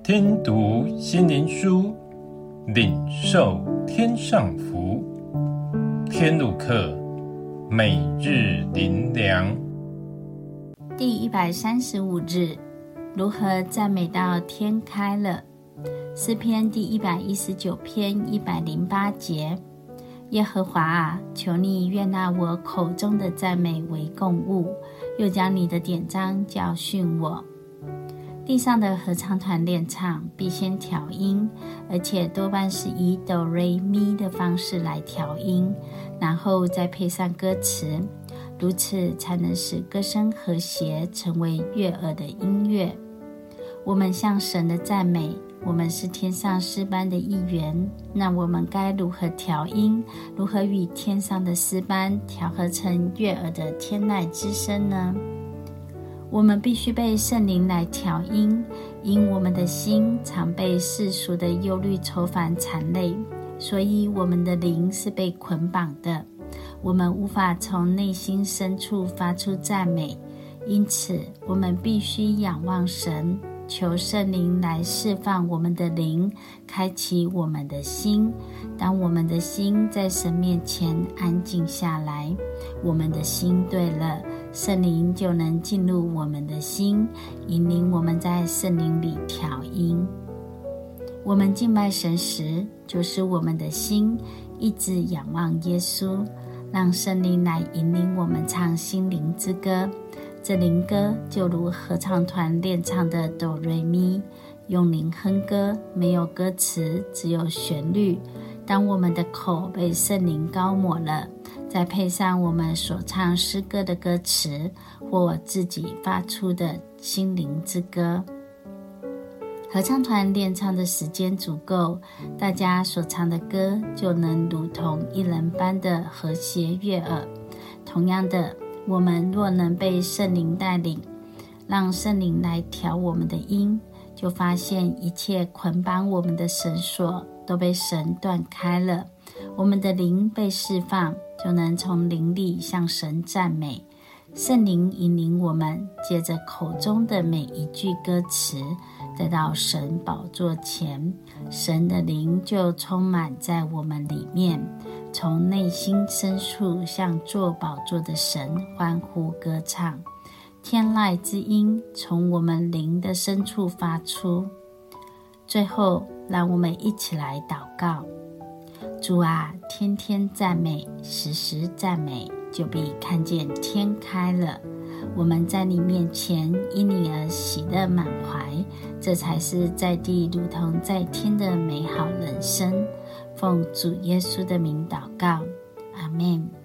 听读心灵书，领受天上福。天路客，每日灵粮。 第135日，如何赞美到天开了？诗篇第119篇108节：耶和华啊，求你悦纳我口中的赞美为供物，又将你的典章教训我。地上的合唱团练唱必先调音，而且多半是以哆来咪的方式来调音，然后再配上歌词，如此才能使歌声和谐，成为悦耳的音乐。我们向神的赞美，我们是天上诗班的一员，那我们该如何调音，如何与天上的诗班调和成悦耳的天籁之声呢？我们必须被圣灵来调音，因我们的心常被世俗的忧虑愁烦缠累，所以我们的灵是被捆绑的，我们无法从内心深处发出赞美。因此我们必须仰望神，求圣灵来释放我们的灵，开启我们的心。当我们的心在神面前安静下来，我们的心对了，圣灵就能进入我们的心，引领我们在圣灵里调音。我们敬拜神时，就是我们的心一直仰望耶稣，让圣灵来引领我们唱心灵之歌。这灵歌就如合唱团练唱的哆来咪，用灵哼歌，没有歌词，只有旋律。当我们的口被圣灵膏抹了，再配上我们所唱诗歌的歌词，或自己发出的心灵之歌。合唱团练唱的时间足够，大家所唱的歌就能如同一人般的和谐悦耳。同样的，我们若能被圣灵带领，让圣灵来调我们的音，就发现一切捆绑我们的绳索都被神断开了，我们的灵被释放，就能从灵里向神赞美。圣灵引领我们，借着口中的每一句歌词带到神宝座前，神的灵就充满在我们里面，从内心深处向坐宝座的神欢呼歌唱，天籁之音从我们灵的深处发出。最后让我们一起来祷告。主啊，天天赞美，时时赞美，就必看见天开了。我们在你面前因你而喜乐满怀，这才是在地如同在天的美好人生。奉主耶稣的名祷告，阿们。